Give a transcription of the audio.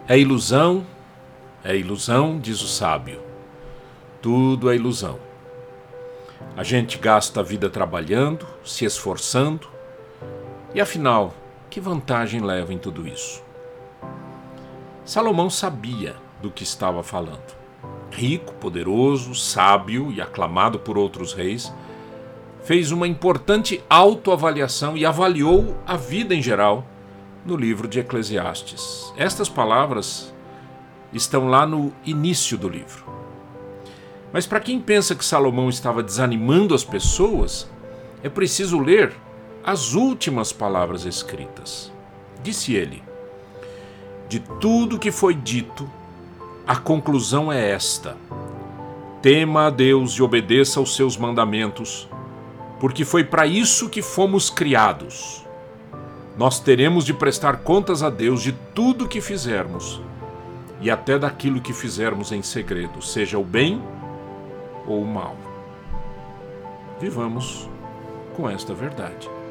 É ilusão, diz o sábio. Tudo é ilusão. A gente gasta a vida trabalhando, se esforçando, e afinal, que vantagem leva em tudo isso? Salomão sabia do que estava falando. Rico, poderoso, sábio e aclamado por outros reis, fez uma importante autoavaliação e avaliou a vida em geral no livro de Eclesiastes. Estas palavras estão lá no início do livro. Mas para quem pensa que Salomão estava desanimando as pessoas, é preciso ler as últimas palavras escritas. Disse ele: de tudo que foi dito, a conclusão é esta: tema a Deus e obedeça aos seus mandamentos, porque foi para isso que fomos criados. Nós teremos de prestar contas a Deus de tudo que fizermos, e até daquilo que fizermos em segredo, seja o bem ou o mal. Vivamos com esta verdade.